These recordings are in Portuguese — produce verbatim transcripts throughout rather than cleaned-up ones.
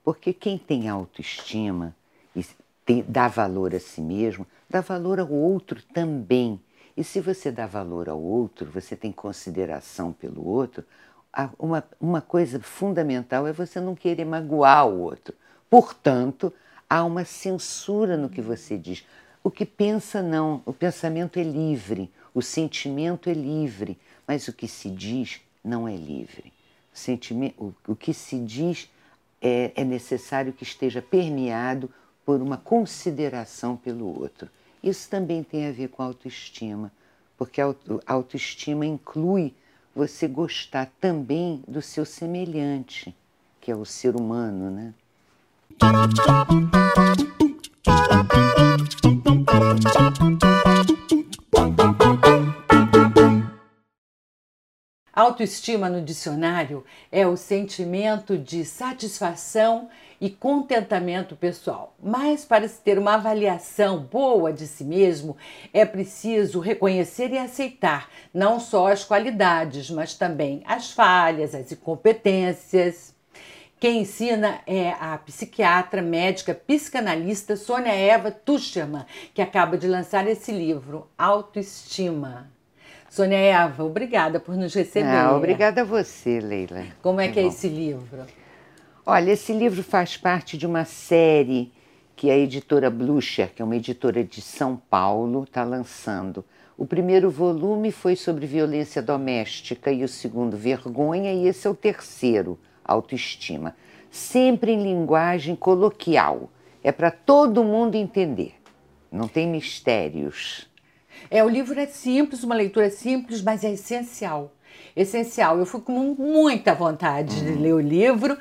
Porque quem tem autoestima e tem, dá valor a si mesmo, dá valor ao outro também. E se você dá valor ao outro, você tem consideração pelo outro, uma, uma coisa fundamental é você não querer magoar o outro. Portanto, há uma censura no que você diz. O que pensa, não. O pensamento é livre, o sentimento é livre, mas o que se diz não é livre. O, sentimento, o, o que se diz é, é necessário que esteja permeado por uma consideração pelo outro. Isso também tem a ver com autoestima, porque a autoestima inclui você gostar também do seu semelhante, que é o ser humano, né? Autoestima no dicionário é o sentimento de satisfação e contentamento pessoal. Mas para se ter uma avaliação boa de si mesmo, é preciso reconhecer e aceitar não só as qualidades, mas também as falhas, as incompetências. Quem ensina é a psiquiatra, médica, psicanalista Sônia Eva Tucherman, que acaba de lançar esse livro, Autoestima. Sônia Eva, obrigada por nos receber. Ah, obrigada a você, Leila. Como é, é que bom. é esse livro? Olha, esse livro faz parte de uma série que a editora Blucher, que é uma editora de São Paulo, está lançando. O primeiro volume foi sobre violência doméstica e o segundo, vergonha, e esse é o terceiro, autoestima. Sempre em linguagem coloquial. É para todo mundo entender. Não tem mistérios. É, o livro é simples, uma leitura simples, mas é essencial. Essencial. Eu fui com muita vontade uhum. de ler o livro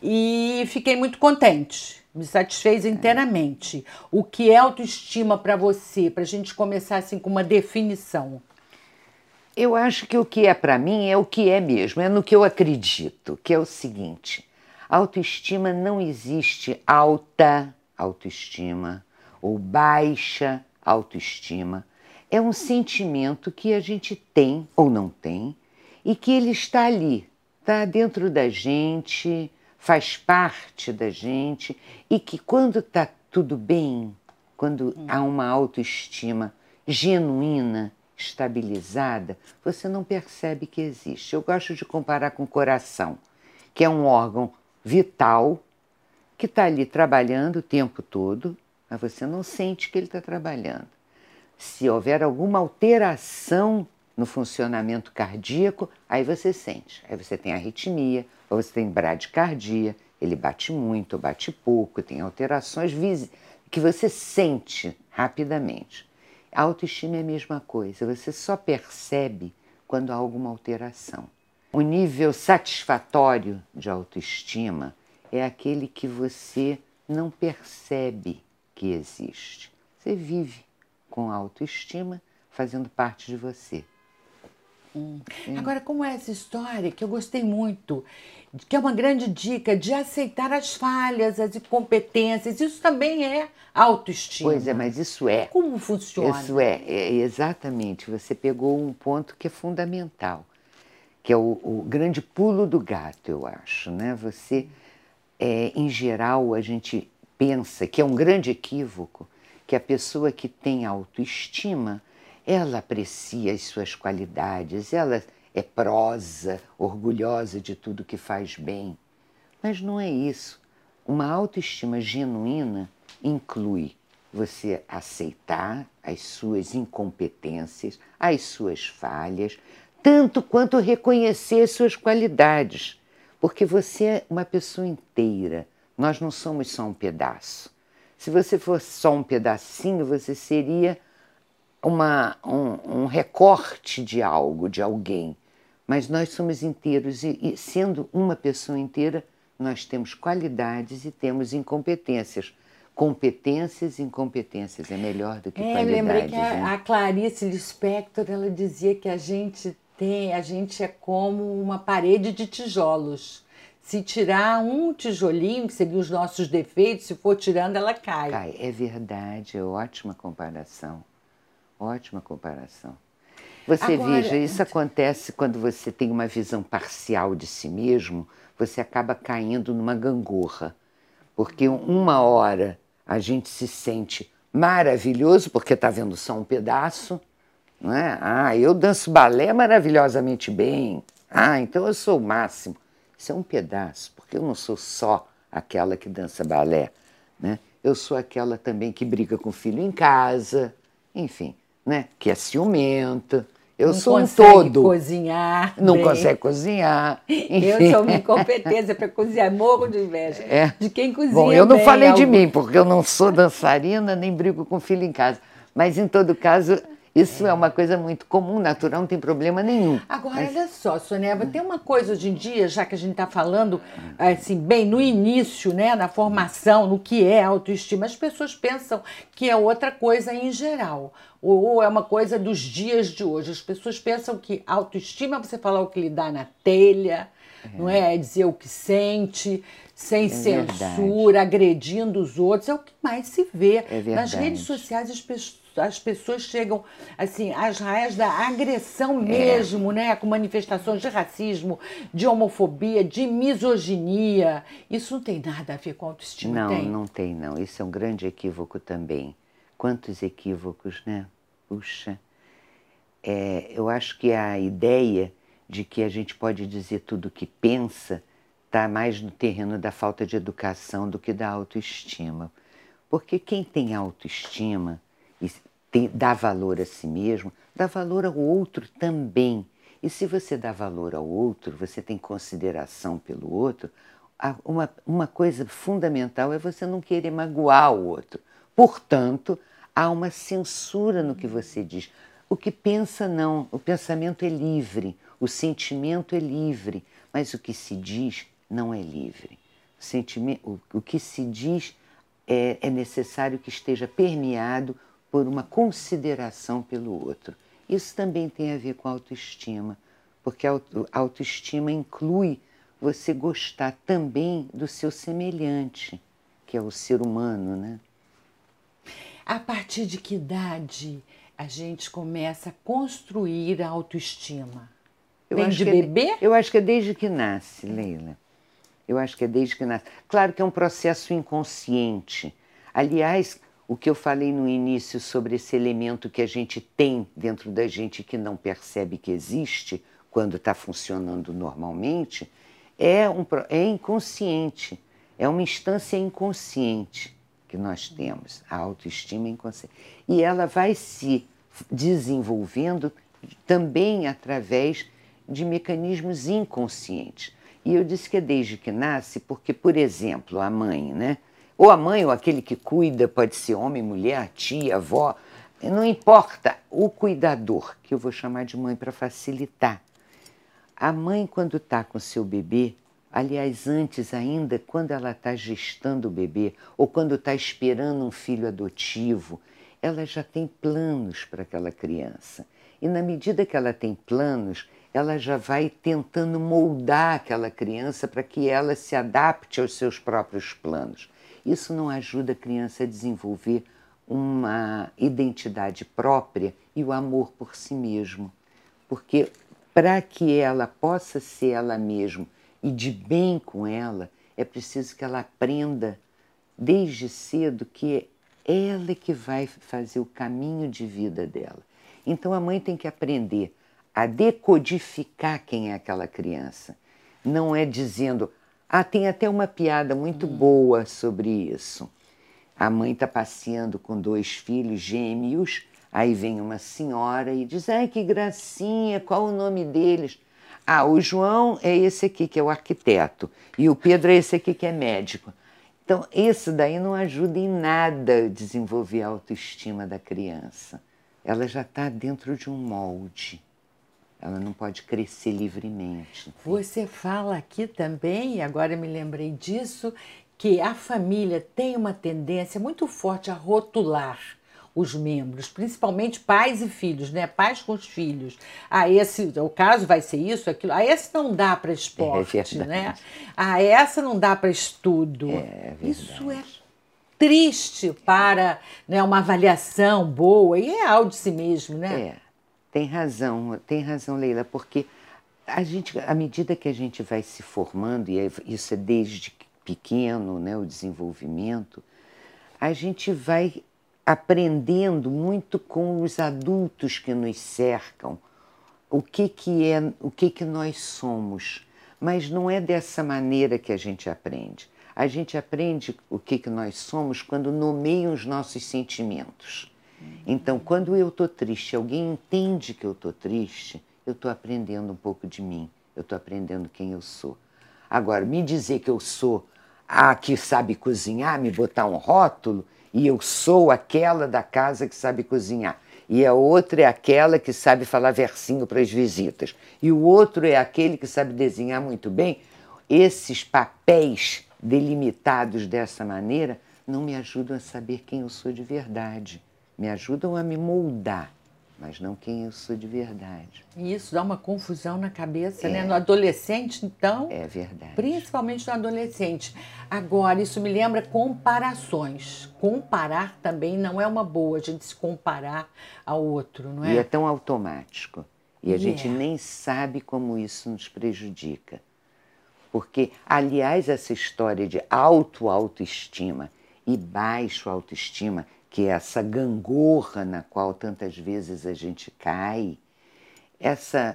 e fiquei muito contente. Me satisfez inteiramente. O que é autoestima para você? Para a gente começar assim com uma definição. Eu acho que o que é para mim é o que é mesmo, é no que eu acredito, que é o seguinte: autoestima não existe alta autoestima ou baixa autoestima. É um sentimento que a gente tem ou não tem e que ele está ali, está dentro da gente, faz parte da gente e que quando está tudo bem, quando hum. há uma autoestima genuína, estabilizada, você não percebe que existe. Eu gosto de comparar com o coração, que é um órgão vital que está ali trabalhando o tempo todo, mas você não sente que ele está trabalhando. Se houver alguma alteração no funcionamento cardíaco, aí você sente. Aí você tem arritmia, ou você tem bradicardia, ele bate muito, ou bate pouco, tem alterações que você sente rapidamente. A autoestima é a mesma coisa, você só percebe quando há alguma alteração. O nível satisfatório de autoestima é aquele que você não percebe que existe. Você vive com a autoestima fazendo parte de você. Hum. Agora, como é essa história que eu gostei muito, que é uma grande dica de aceitar as falhas, as incompetências, isso também é autoestima. Pois é, mas isso é. Como funciona? Isso é, é exatamente, você pegou um ponto que é fundamental, que é o, o grande pulo do gato, eu acho, né? Você, é, em geral, a gente pensa que é um grande equívoco, que a pessoa que tem autoestima, ela aprecia as suas qualidades, ela é prosa, orgulhosa de tudo que faz bem. Mas não é isso. Uma autoestima genuína inclui você aceitar as suas incompetências, as suas falhas, tanto quanto reconhecer as suas qualidades, porque você é uma pessoa inteira, nós não somos só um pedaço. Se você fosse só um pedacinho, você seria uma, um, um recorte de algo, de alguém. Mas nós somos inteiros e, e, sendo uma pessoa inteira, nós temos qualidades e temos incompetências. Competências e incompetências é melhor do que é, qualidades. Eu lembrei que a, né? a Clarice Lispector, ela dizia que a gente tem, a gente é como uma parede de tijolos. Se tirar um tijolinho, que seria os nossos defeitos, se for tirando, ela cai. Cai, é verdade, é ótima comparação. Ótima comparação. Você Agora, veja, isso acontece quando você tem uma visão parcial de si mesmo, você acaba caindo numa gangorra. Porque uma hora a gente se sente maravilhoso porque está vendo só um pedaço, não é? Ah, eu danço balé maravilhosamente bem. Ah, então eu sou o máximo. Isso é um pedaço, porque eu não sou só aquela que dança balé, né? Eu sou aquela também que briga com o filho em casa, enfim, né? Que é ciumenta. Eu não sou um consegue todo. cozinhar Não bem. consegue cozinhar. Enfim. Eu sou uma incompetência para cozinhar, morro de inveja É. de quem cozinha Bom, eu não bem, falei de algum... mim, porque eu não sou dançarina, nem brigo com filho em casa. Mas, em todo caso, isso é, é uma coisa muito comum, natural, não tem problema nenhum. Agora, Mas... olha só, Sônia, tem uma coisa hoje em dia, já que a gente está falando, assim, bem no início, né, na formação, no que é autoestima, as pessoas pensam que é outra coisa em geral, ou, ou é uma coisa dos dias de hoje. As pessoas pensam que autoestima é você falar o que lhe dá na telha, é. não é? É dizer o que sente, sem é censura, verdade. agredindo os outros, é o que mais se vê. É nas redes sociais, as pessoas as pessoas chegam assim às raias da agressão mesmo, é. né? Com manifestações de racismo, de homofobia, de misoginia. Isso não tem nada a ver com autoestima, não, tem? Não, não tem, não. Isso é um grande equívoco também. Quantos equívocos, né? Puxa. É, eu acho que a ideia de que a gente pode dizer tudo o que pensa está mais no terreno da falta de educação do que da autoestima. Porque quem tem autoestima e tem, dá valor a si mesmo, dá valor ao outro também. E se você dá valor ao outro, você tem consideração pelo outro, uma, uma coisa fundamental é você não querer magoar o outro. Portanto, há uma censura no que você diz. O que pensa, não. O pensamento é livre, o sentimento é livre, mas o que se diz não é livre. O, sentimento, o, o que se diz é, é necessário que esteja permeado por uma consideração pelo outro. Isso também tem a ver com autoestima, porque a autoestima inclui você gostar também do seu semelhante, que é o ser humano, né? A partir de que idade a gente começa a construir a autoestima? Eu Vem acho de que bebê? É, eu acho que é desde que nasce, Leila. Eu acho que é desde que nasce. Claro que é um processo inconsciente. Aliás, o que eu falei no início sobre esse elemento que a gente tem dentro da gente que não percebe que existe quando está funcionando normalmente, é, um, é inconsciente. É uma instância inconsciente que nós temos, a autoestima inconsciente. E ela vai se desenvolvendo também através de mecanismos inconscientes. E eu disse que é desde que nasce, porque, por exemplo, a mãe, né? Ou a mãe ou aquele que cuida, pode ser homem, mulher, tia, avó, não importa, o cuidador, que eu vou chamar de mãe para facilitar. A mãe, quando está com seu bebê, aliás, antes ainda, quando ela está gestando o bebê, ou quando está esperando um filho adotivo, ela já tem planos para aquela criança. E na medida que ela tem planos, ela já vai tentando moldar aquela criança para que ela se adapte aos seus próprios planos. Isso não ajuda a criança a desenvolver uma identidade própria e o amor por si mesmo. Porque para que ela possa ser ela mesma e de bem com ela, é preciso que ela aprenda desde cedo que é ela que vai fazer o caminho de vida dela. Então a mãe tem que aprender a decodificar quem é aquela criança. Não é dizendo... Ah, tem até uma piada muito hum. boa sobre isso. A mãe está passeando com dois filhos gêmeos, aí vem uma senhora e diz, ai, que gracinha, qual o nome deles? Ah, o João é esse aqui, que é o arquiteto, e o Pedro é esse aqui, que é médico. Então, isso daí não ajuda em nada a desenvolver a autoestima da criança. Ela já está dentro de um molde. Ela não pode crescer livremente. Você fala aqui também, e agora me lembrei disso, que a família tem uma tendência muito forte a rotular os membros, principalmente pais e filhos, né? Pais com os filhos. Ah, esse, o caso vai ser isso, aquilo. Ah, esse não dá para esporte, é né? Ah, essa não dá para estudo. É isso é triste para, né, uma avaliação boa e real de si mesmo, né? É, tem razão, tem razão, Leila, porque a gente, à medida que a gente vai se formando, e isso é desde pequeno, né, o desenvolvimento, a gente vai aprendendo muito com os adultos que nos cercam o que que é, o que que nós somos. Mas não é dessa maneira que a gente aprende. A gente aprende o que que nós somos quando nomeiam os nossos sentimentos. Então, quando eu estou triste, alguém entende que eu estou triste, eu estou aprendendo um pouco de mim, eu estou aprendendo quem eu sou. Agora, me dizer que eu sou a que sabe cozinhar, me botar um rótulo, e eu sou aquela da casa que sabe cozinhar, e a outra é aquela que sabe falar versinho para as visitas, e o outro é aquele que sabe desenhar muito bem, esses papéis delimitados dessa maneira não me ajudam a saber quem eu sou de verdade. Me ajudam a me moldar, mas não quem eu sou de verdade. E isso dá uma confusão na cabeça, É. né? No adolescente, então. É verdade. Principalmente no adolescente. Agora, isso me lembra comparações. Comparar também não é uma boa, a gente se comparar ao outro, não é? E é tão automático. E a E gente é. nem sabe como isso nos prejudica. Porque, aliás, essa história de auto-autoestima e baixo autoestima, que é essa gangorra na qual tantas vezes a gente cai, essa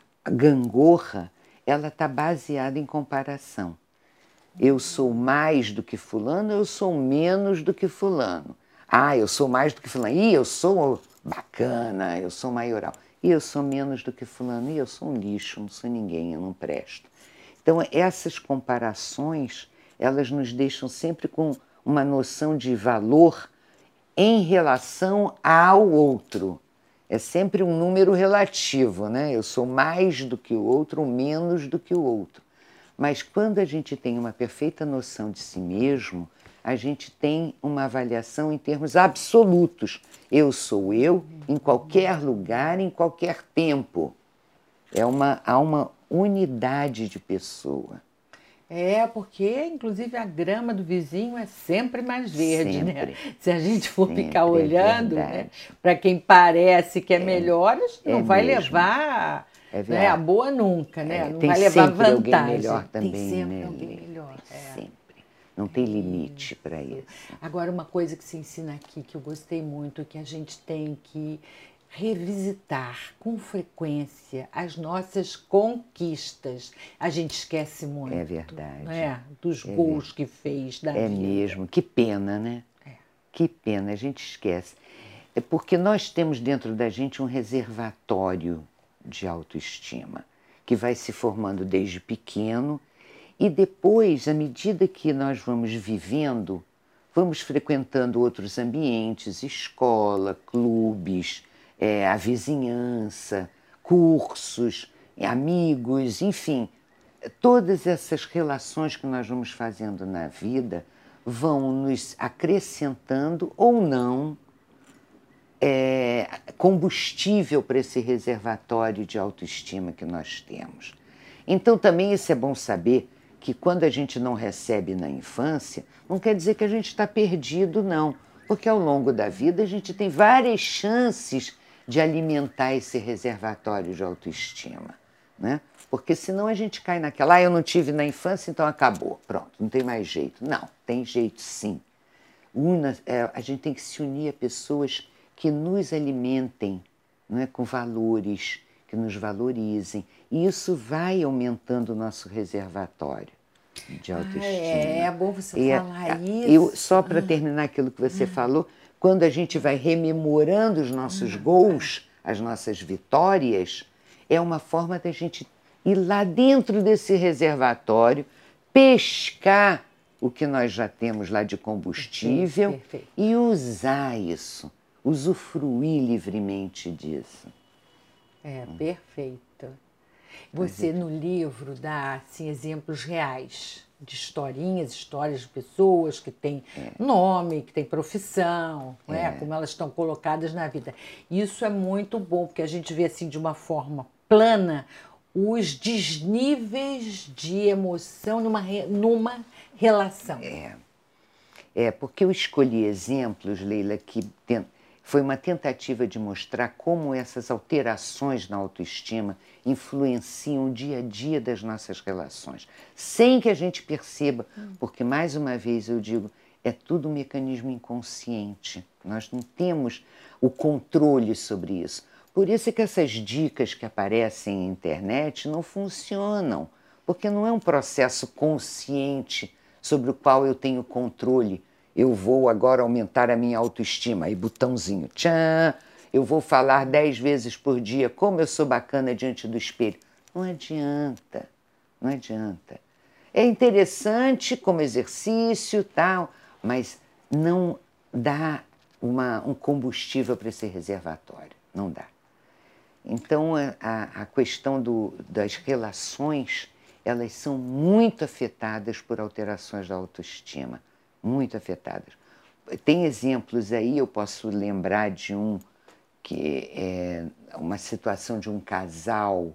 gangorra, ela está baseada em comparação. Eu sou mais do que fulano, eu sou menos do que fulano. Ah, eu sou mais do que fulano. Ih, eu sou bacana, eu sou maioral. E eu sou menos do que fulano. E eu sou um lixo, não sou ninguém, eu não presto. Então, essas comparações, elas nos deixam sempre com uma noção de valor em relação ao outro. É sempre um número relativo, né? Eu sou mais do que o outro ou menos do que o outro. Mas quando a gente tem uma perfeita noção de si mesmo, a gente tem uma avaliação em termos absolutos. Eu sou eu em qualquer lugar, em qualquer tempo. É uma, há uma unidade de pessoa. É, porque, inclusive, a grama do vizinho é sempre mais verde, Sempre. né? Se a gente for Sempre, ficar é olhando, né, verdade. para quem parece que é, melhor, a gente é não vai mesmo. levar É né, verdade. a boa nunca, né? É, não tem vai levar sempre alguém vantagem. melhor também, Tem sempre né, alguém Lili? melhor. Tem é. sempre. Não tem limite para isso. Agora, uma coisa que se ensina aqui, que eu gostei muito, que a gente tem que revisitar com frequência as nossas conquistas. A gente esquece muito. É verdade. Né? Dos É gols que fez da É vida. mesmo. Que pena, né? Que pena, a gente esquece. É porque nós temos dentro da gente um reservatório de autoestima, que vai se formando desde pequeno e depois, à medida que nós vamos vivendo, vamos frequentando outros ambientes, escola, clubes, é, a vizinhança, cursos, amigos, enfim, todas essas relações que nós vamos fazendo na vida vão nos acrescentando ou não é, combustível para esse reservatório de autoestima que nós temos. Então também isso é bom saber que quando a gente não recebe na infância, não quer dizer que a gente está perdido, não. Porque ao longo da vida a gente tem várias chances de alimentar esse reservatório de autoestima, né? Porque senão a gente cai naquela, ah, eu não tive na infância, então acabou, pronto, não tem mais jeito. Não, tem jeito sim. Una, é, a gente tem que se unir a pessoas que nos alimentem, não é, com valores, que nos valorizem. E isso vai aumentando o nosso reservatório de autoestima. Ah, é, é bom você e, falar isso. Eu, só para terminar aquilo que você falou, quando a gente vai rememorando os nossos gols, as nossas vitórias, é uma forma da gente ir lá dentro desse reservatório, pescar o que nós já temos lá de combustível Perfeito, perfeito. e usar isso, usufruir livremente disso. É, perfeito. Você, no livro, dá assim, exemplos reais de historinhas, histórias de pessoas que têm nome, que têm profissão, né? Como elas estão colocadas na vida. Isso é muito bom, porque a gente vê assim de uma forma plana os desníveis de emoção numa, re- numa relação. É, é, porque eu escolhi exemplos, Leila, que tem- foi uma tentativa de mostrar como essas alterações na autoestima influenciam o dia a dia das nossas relações, sem que a gente perceba, porque, mais uma vez, eu digo, é tudo um mecanismo inconsciente. Nós não temos o controle sobre isso. Por isso é que essas dicas que aparecem na internet não funcionam, porque não é um processo consciente sobre o qual eu tenho controle. Eu vou agora aumentar a minha autoestima, aí botãozinho, tchan, eu vou falar dez vezes por dia como eu sou bacana diante do espelho. Não adianta, não adianta. É interessante como exercício, tal, mas não dá uma, um combustível para esse reservatório, não dá. Então, a, a questão do, das relações, elas são muito afetadas por alterações da autoestima, muito afetadas. Tem exemplos aí, eu posso lembrar de um que é uma situação de um casal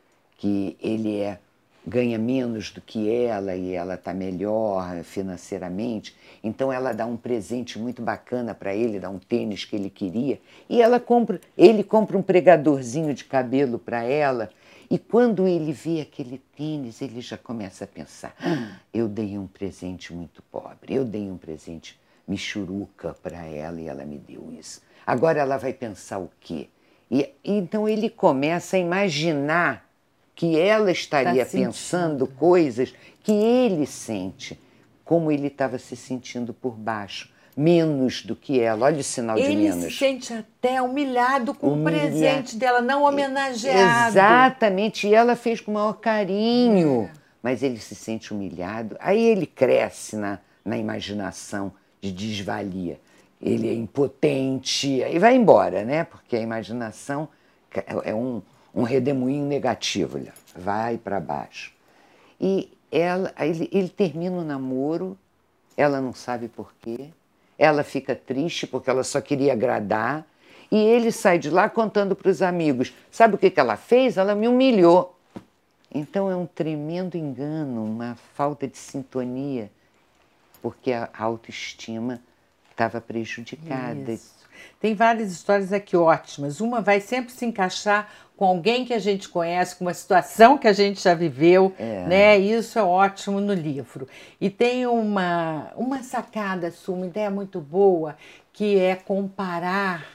que ele é, ganha menos do que ela e ela está melhor financeiramente, então ela dá um presente muito bacana para ele, dá um tênis que ele queria, e ela compra, ele compra um pregadorzinho de cabelo para ela, e quando ele vê aquele tênis, ele já começa a pensar, ah, eu dei um presente muito pobre, eu dei um presente michuruca para ela e ela me deu isso. Agora ela vai pensar o quê? E, então ele começa a imaginar que ela estaria tá pensando coisas que ele sente, como ele estava se sentindo por baixo, menos do que ela. Olha o sinal ele de menos. Ele se sente até humilhado com Humilha... o presente dela, não homenageado. Exatamente, e ela fez com o maior carinho, é. Mas ele se sente humilhado. Aí ele cresce na, na imaginação de desvalia. Ele é impotente, aí vai embora, né? Porque a imaginação é um... um redemoinho negativo, olha, vai para baixo. E ela, ele, ele termina o namoro, ela não sabe por quê, ela fica triste porque ela só queria agradar, e ele sai de lá contando para os amigos, sabe o que, que ela fez? Ela me humilhou. Então é um tremendo engano, uma falta de sintonia, porque a autoestima estava prejudicada. Isso. Tem várias histórias aqui ótimas. Uma vai sempre se encaixar com alguém que a gente conhece, com uma situação que a gente já viveu, é. Né? Isso é ótimo no livro. E tem uma, uma sacada sua, uma ideia muito boa, que é comparar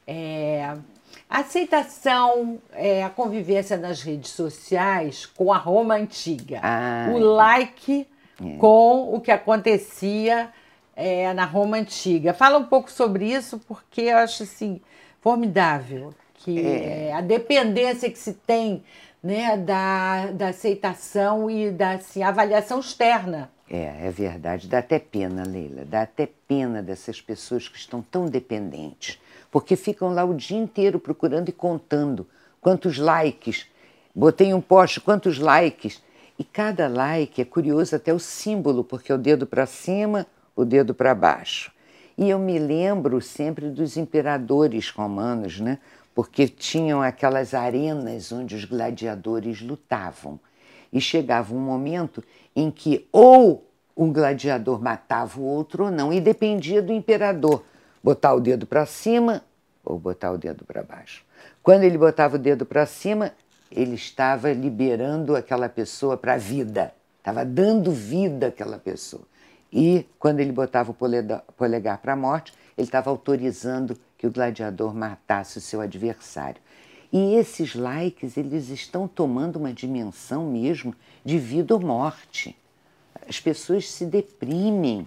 é, a aceitação, é, a convivência nas redes sociais com a Roma antiga. Ah, o like é. Com o que acontecia É, na Roma Antiga. Fala um pouco sobre isso, porque eu acho assim, formidável, que é. É, a dependência que se tem, né, da, da aceitação e da assim, avaliação externa. É, é verdade. Dá até pena, Leila, dá até pena dessas pessoas que estão tão dependentes, porque ficam lá o dia inteiro procurando e contando quantos likes. Botei um post, quantos likes. E cada like é curioso até o símbolo, porque é o dedo para cima, o dedo para baixo. E eu me lembro sempre dos imperadores romanos, né? Porque tinham aquelas arenas onde os gladiadores lutavam. E chegava um momento em que ou um gladiador matava o outro ou não, e dependia do imperador botar o dedo para cima ou botar o dedo para baixo. Quando ele botava o dedo para cima, ele estava liberando aquela pessoa para a vida, estava dando vida àquela pessoa. E quando ele botava o polegar para a morte, ele estava autorizando que o gladiador matasse o seu adversário. E esses likes, eles estão tomando uma dimensão mesmo de vida ou morte. As pessoas se deprimem,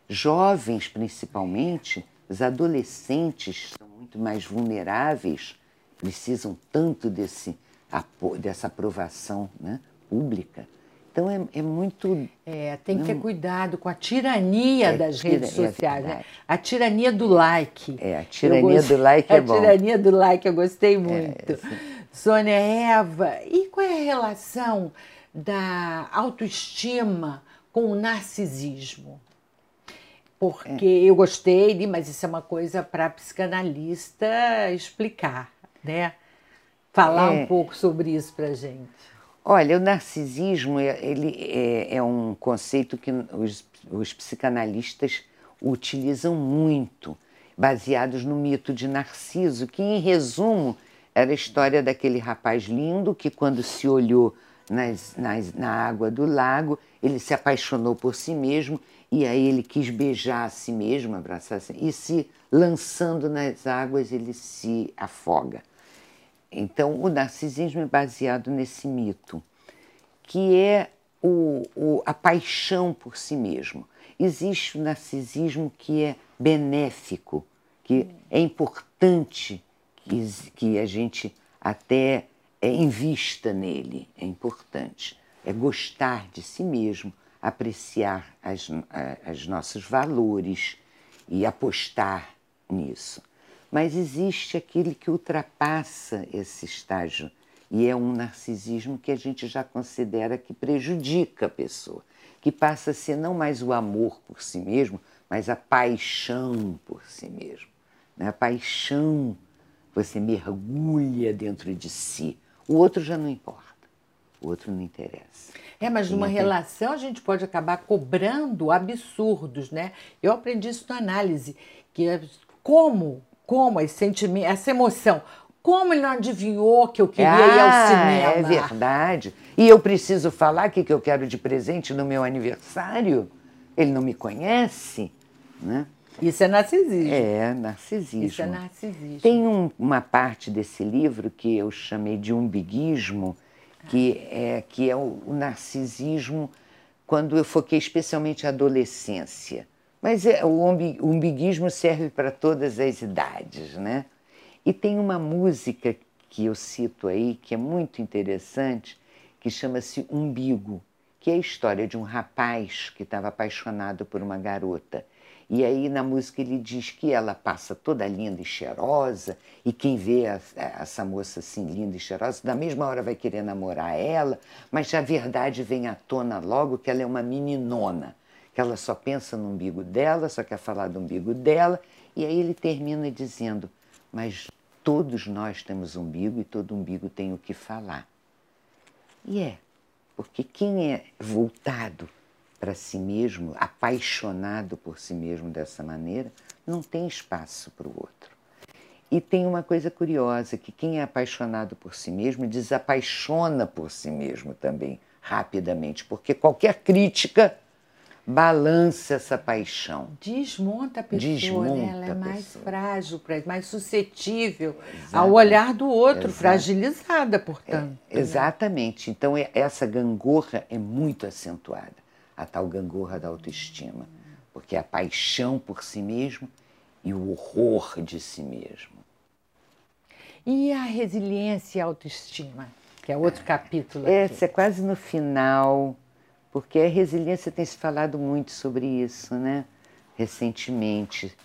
jovens principalmente, os adolescentes são muito mais vulneráveis, precisam tanto desse, dessa aprovação, né, pública. Então é, é muito... É, tem que ter cuidado com a tirania é, das tira, redes sociais, é né? A tirania do like. É, a tirania gostei, do like é bom. A tirania do like eu gostei muito. É, Sônia Eva, e qual é a relação da autoestima com o narcisismo? Porque é. eu gostei, mas isso é uma coisa para psicanalista explicar, né? Falar é. um pouco sobre isso para a gente. Olha, o narcisismo ele é, é um conceito que os, os psicanalistas utilizam muito. baseados no mito de Narciso, que, em resumo, era a história daquele rapaz lindo que, quando se olhou nas, nas, na água do lago, ele se apaixonou por si mesmo e aí ele quis beijar a si mesmo, abraçar a si, e se lançando nas águas ele se afoga. Então, o narcisismo é baseado nesse mito, que é o, o, a paixão por si mesmo. Existe o narcisismo que é benéfico, que é importante que, que a gente até é, invista nele, é importante. É gostar de si mesmo, apreciar as, as nossos valores e apostar nisso. Mas existe aquele que ultrapassa esse estágio e é um narcisismo que a gente já considera que prejudica a pessoa, que passa a ser não mais o amor por si mesmo, mas a paixão por si mesmo. A paixão, você mergulha dentro de si. O outro já não importa, o outro não interessa. É, mas numa relação a gente pode acabar cobrando absurdos, né? Eu aprendi isso na análise, que é como, como esse sentimento, essa emoção, como ele não adivinhou que eu queria ah, ir ao cinema? É verdade. E eu preciso falar o que eu quero de presente no meu aniversário? Ele não me conhece, né? Isso é narcisismo. É, narcisismo. Isso é narcisismo. Tem um, uma parte desse livro que eu chamei de umbiguismo, que é, que é o, o narcisismo quando eu foquei especialmente a adolescência. Mas é, o umbiguismo serve para todas as idades, né? E tem uma música que eu cito aí, que é muito interessante, que chama-se Umbigo, que é a história de um rapaz que estava apaixonado por uma garota. E aí na música ele diz que ela passa toda linda e cheirosa, e quem vê a, a, essa moça assim linda e cheirosa, da mesma hora vai querer namorar ela, mas a verdade vem à tona logo que ela é uma meninona, que ela só pensa no umbigo dela, só quer falar do umbigo dela, e aí ele termina dizendo, mas todos nós temos umbigo e todo umbigo tem o que falar. E é, porque quem é voltado para si mesmo, apaixonado por si mesmo dessa maneira, não tem espaço para o outro. E tem uma coisa curiosa, que quem é apaixonado por si mesmo desapaixona por si mesmo também, rapidamente, porque qualquer crítica balança essa paixão. Desmonta a pessoa, Desmonta né? Ela é mais pessoa. frágil, mais suscetível Exato. ao olhar do outro, Exato. Fragilizada, portanto. É, exatamente. Né? Então, essa gangorra é muito acentuada, a tal gangorra da autoestima, porque é a paixão por si mesmo e o horror de si mesmo. E a resiliência e a autoestima, que é outro capítulo aqui. Essa é quase no final, porque a resiliência tem se falado muito sobre isso, né? Recentemente.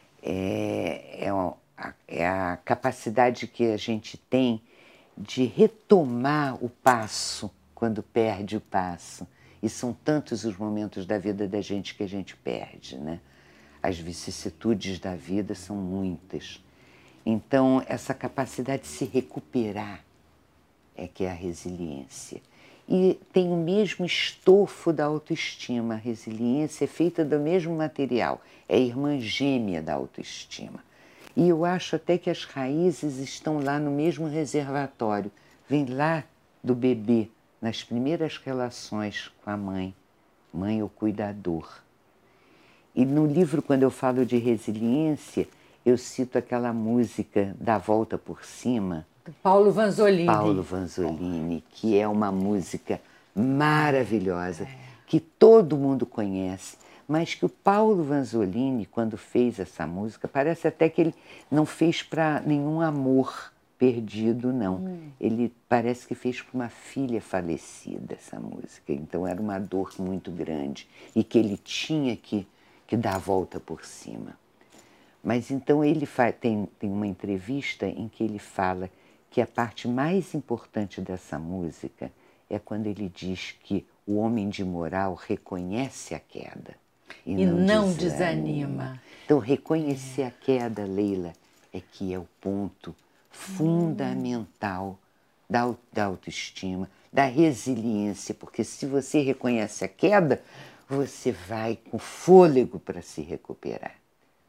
É, é, a, é a capacidade que a gente tem de retomar o passo quando perde o passo. E são tantos os momentos da vida da gente que a gente perde, né? As vicissitudes da vida são muitas. Então, essa capacidade de se recuperar é que é a resiliência. E tem o mesmo estofo da autoestima. A resiliência é feita do mesmo material, é a irmã gêmea da autoestima. E eu acho até que as raízes estão lá no mesmo reservatório, vem lá do bebê, nas primeiras relações com a mãe, mãe ou cuidador. E no livro, quando eu falo de resiliência, eu cito aquela música da Volta por Cima, Paulo Vanzolini. Paulo Vanzolini, que é uma música maravilhosa, é. que todo mundo conhece, mas que o Paulo Vanzolini, quando fez essa música, parece até que ele não fez para nenhum amor perdido, não. Hum. Ele parece que fez para uma filha falecida, essa música. Então era uma dor muito grande e que ele tinha que, que dar a volta por cima. Mas então ele faz, tem, tem uma entrevista em que ele fala que a parte mais importante dessa música é quando ele diz que o homem de moral reconhece a queda e, e não, não desanima. desanima. Então, reconhecer é. a queda, Leila, é que é o ponto fundamental hum. da, da autoestima, da resiliência, porque se você reconhece a queda, você vai com fôlego para se recuperar.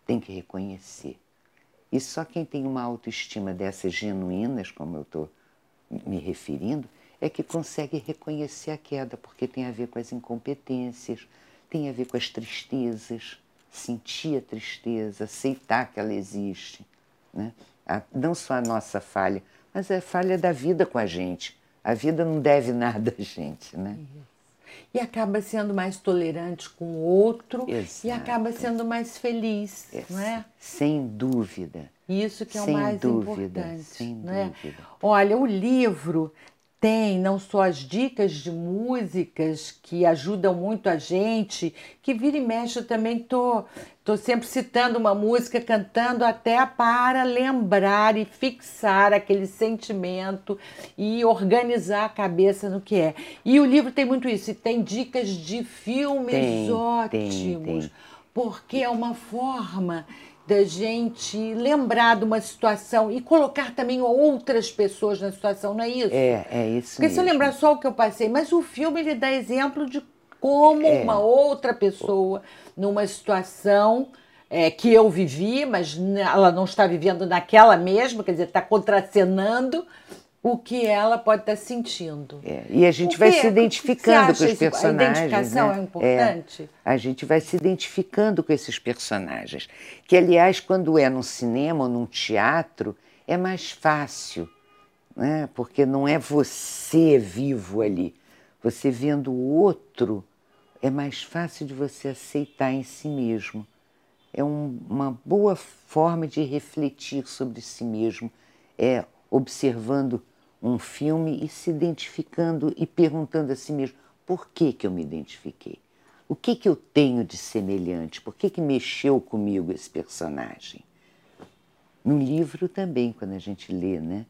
tem que reconhecer. E só quem tem uma autoestima dessas genuínas, como eu estou me referindo, é que consegue reconhecer a queda, porque tem a ver com as incompetências, tem a ver com as tristezas, sentir a tristeza, aceitar que ela existe, né? Não só a nossa falha, mas é a falha da vida com a gente. A vida não deve nada a gente, né? E acaba sendo mais tolerante com o outro. Exato. E acaba sendo mais feliz, É, não é? Sem dúvida. Isso que é Sem o mais dúvida, importante, sem não é? dúvida. Olha, o livro tem não só as dicas de músicas que ajudam muito a gente, que vira e mexe eu também tô, tô sempre citando uma música, cantando até para lembrar e fixar aquele sentimento e organizar a cabeça no que é. E o livro tem muito isso, e tem dicas de filmes Tem, ótimos, tem, tem. porque é uma forma da gente lembrar de uma situação e colocar também outras pessoas na situação, não é isso? É, é isso Porque se eu mesmo. lembrar só o que eu passei, mas o filme ele dá exemplo de como É. uma outra pessoa, numa situação é, que eu vivi, mas ela não está vivendo naquela mesma, quer dizer, está contracenando o que ela pode estar sentindo. É, e a gente Por vai quê? se identificando O que com você os acha isso? personagens. A identificação né? é importante? É, a gente vai se identificando com esses personagens. Que, aliás, quando é num cinema ou num teatro, é mais fácil, né? Porque não é você vivo ali. Você vendo o outro, é mais fácil de você aceitar em si mesmo. É um, uma boa forma de refletir sobre si mesmo, é observando um filme e se identificando e perguntando a si mesmo, por que que eu me identifiquei? O que que eu tenho de semelhante? Por que que mexeu comigo esse personagem? No livro também, quando a gente lê, né?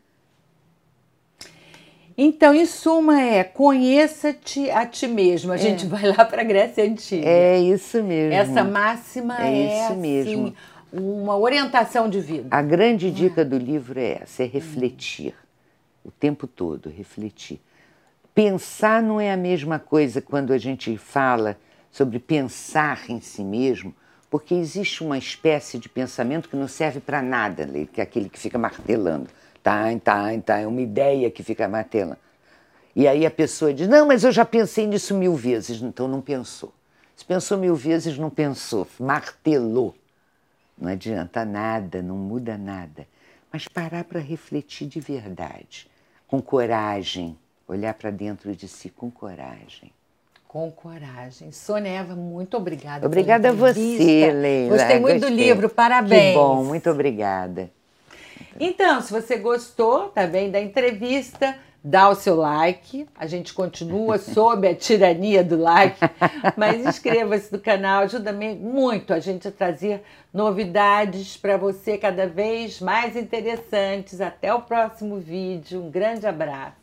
Então, em suma, é conheça-te a ti mesmo. A gente vai lá para a Grécia Antiga. É isso mesmo. Essa máxima É é, isso assim, mesmo. uma orientação de vida. A grande dica do livro é essa, é refletir. O tempo todo, refletir. Pensar não é a mesma coisa quando a gente fala sobre pensar em si mesmo, porque existe uma espécie de pensamento que não serve para nada, que é aquele que fica martelando. Tá, tá, tá, é uma ideia que fica martelando. E aí a pessoa diz, não, mas eu já pensei nisso mil vezes. Então não pensou. Se pensou mil vezes, não pensou, martelou. Não adianta nada, não muda nada. Mas parar para refletir de verdade, com coragem, olhar para dentro de si com coragem. Com coragem. Sônia Eva, muito obrigada. Obrigada a você, Leila. Gostei muito Gostei. do livro, parabéns. Que bom, muito obrigada. Então, se você gostou também da entrevista, dá o seu like. A gente continua sob a tirania do like, mas inscreva-se no canal, ajuda-me muito a gente a trazer novidades para você cada vez mais interessantes. Até o próximo vídeo. Um grande abraço.